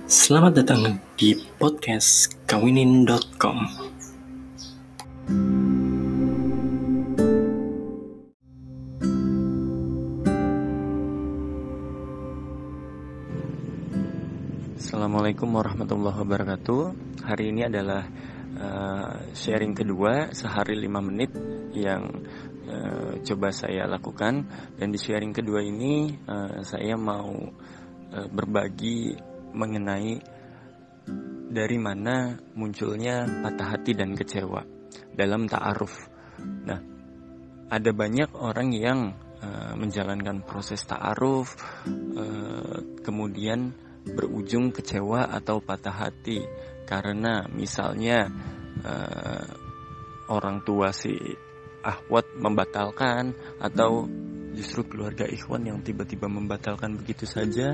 Selamat datang di podcast kawinin.com. Assalamualaikum warahmatullahi wabarakatuh. Hari ini adalah sharing kedua sehari 5 menit yang coba saya lakukan. Dan di sharing kedua ini saya mau berbagi mengenai dari mana munculnya patah hati dan kecewa dalam ta'aruf. Nah, ada banyak orang yang menjalankan proses ta'aruf kemudian berujung kecewa atau patah hati karena misalnya orang tua si ahwat membatalkan, atau justru keluarga ikhwan yang tiba-tiba membatalkan begitu saja.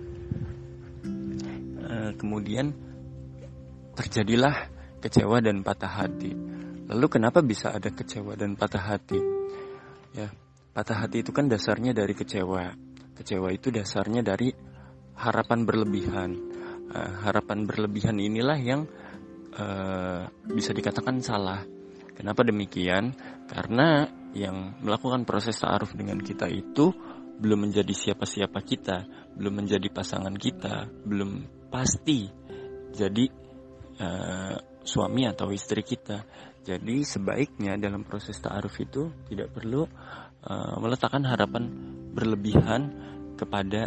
Kemudian terjadilah kecewa dan patah hati. Lalu kenapa bisa ada kecewa dan patah hati? Ya, patah hati itu kan dasarnya dari kecewa. Kecewa itu dasarnya dari harapan berlebihan. Harapan berlebihan inilah yang bisa dikatakan salah. Kenapa demikian? Karena yang melakukan proses ta'aruf dengan kita itu belum menjadi siapa-siapa kita, belum menjadi pasangan kita, belum pasti jadi suami atau istri kita. Jadi sebaiknya dalam proses ta'aruf itu tidak perlu meletakkan harapan berlebihan kepada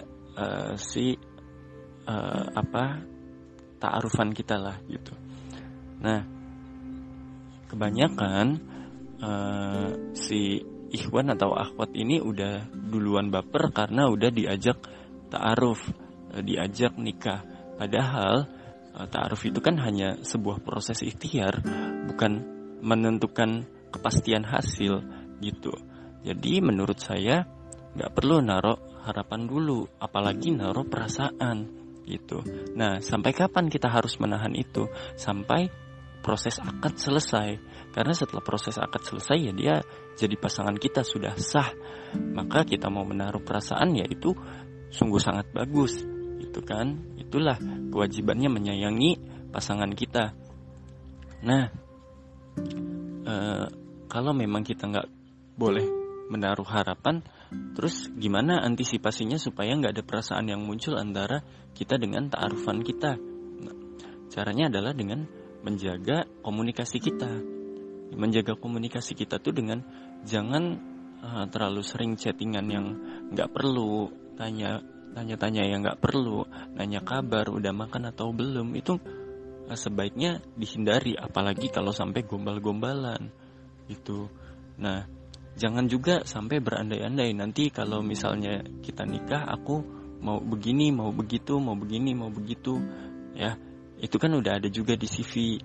ta'arufan kita lah gitu. Nah, kebanyakan si ikhwan atau akhwat ini udah duluan baper karena udah diajak ta'aruf, diajak nikah. Padahal ta'aruf itu kan hanya sebuah proses ikhtiar, bukan menentukan kepastian hasil gitu. Jadi menurut saya gak perlu naruh harapan dulu, apalagi naruh perasaan gitu. Nah, sampai kapan kita harus menahan itu? Sampai proses akad selesai. Karena setelah proses akad selesai ya dia jadi pasangan kita, sudah sah. Maka kita mau menaruh perasaan ya itu sungguh sangat bagus gitu kan. Itulah kewajibannya menyayangi pasangan kita. Nah, kalau memang kita gak boleh menaruh harapan, terus gimana antisipasinya supaya gak ada perasaan yang muncul antara kita dengan ta'arufan kita? Nah, caranya adalah dengan menjaga komunikasi kita. Menjaga komunikasi kita tuh dengan jangan terlalu sering chattingan yang gak perlu, tanya-tanya yang gak perlu, nanya kabar udah makan atau belum, itu sebaiknya dihindari, apalagi kalau sampai gombal-gombalan gitu. Nah, jangan juga sampai berandai-andai, nanti kalau misalnya kita nikah aku mau begini, mau begitu, mau begini, mau begitu, ya itu kan udah ada juga di CV.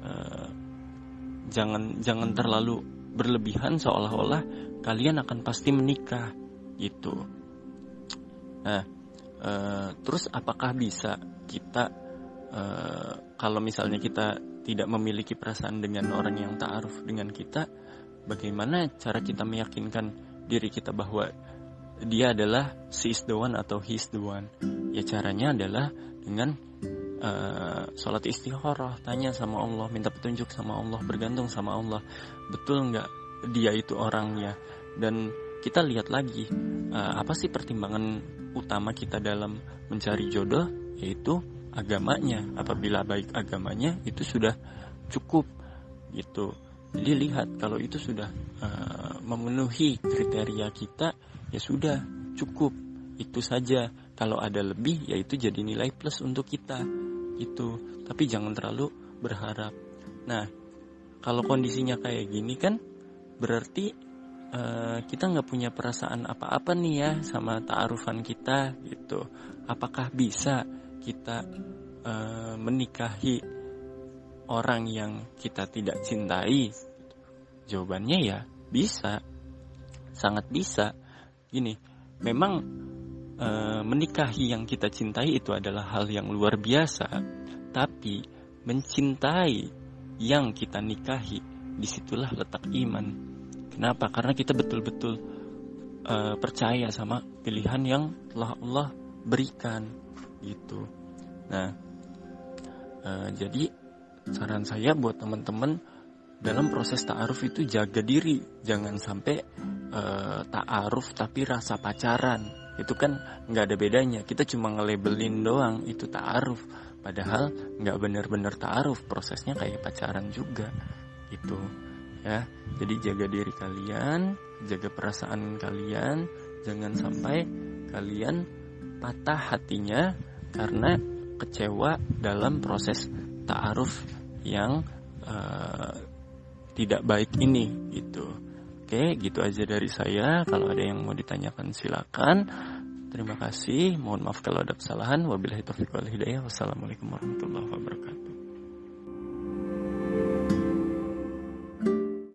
Jangan terlalu berlebihan seolah-olah kalian akan pasti menikah gitu. Nah, terus apakah bisa kita kalau misalnya kita tidak memiliki perasaan dengan orang yang ta'aruf dengan kita, bagaimana cara kita meyakinkan diri kita bahwa dia adalah she is the one atau he is the one? Ya caranya adalah dengan sholat istikharah, tanya sama Allah, minta petunjuk sama Allah, bergantung sama Allah, betul nggak dia itu orangnya. Dan kita lihat lagi apa sih pertimbangan utama kita dalam mencari jodoh, yaitu agamanya. Apabila baik agamanya, itu sudah cukup gitu. Jadi lihat, kalau itu sudah memenuhi kriteria kita, ya sudah cukup, itu saja. Kalau ada lebih, ya itu jadi nilai plus untuk kita gitu. Tapi jangan terlalu berharap. Nah, kalau kondisinya kayak gini kan berarti kita nggak punya perasaan apa-apa nih ya sama ta'arufan kita gitu. Apakah bisa kita menikahi orang yang kita tidak cintai? Jawabannya ya bisa, sangat bisa. Gini, memang menikahi yang kita cintai itu adalah hal yang luar biasa, tapi mencintai yang kita nikahi, disitulah letak iman. Kenapa? Karena kita betul-betul percaya sama pilihan yang telah Allah berikan gitu. Nah, Jadi saran saya buat teman-teman dalam proses ta'aruf itu jaga diri, jangan sampai ta'aruf tapi rasa pacaran. Itu kan nggak ada bedanya, kita cuma nge-labelin doang itu ta'aruf, padahal nggak benar-benar ta'aruf, prosesnya kayak pacaran juga gitu ya. Jadi jaga diri kalian, jaga perasaan kalian, jangan sampai kalian patah hatinya karena kecewa dalam proses ta'aruf yang tidak baik ini gitu. Oke, gitu aja dari saya. Kalau ada yang mau ditanyakan silakan. Terima kasih. Mohon maaf kalau ada kesalahan. Wabillahi taufiq wal hidayah. Wassalamualaikum warahmatullahi wabarakatuh.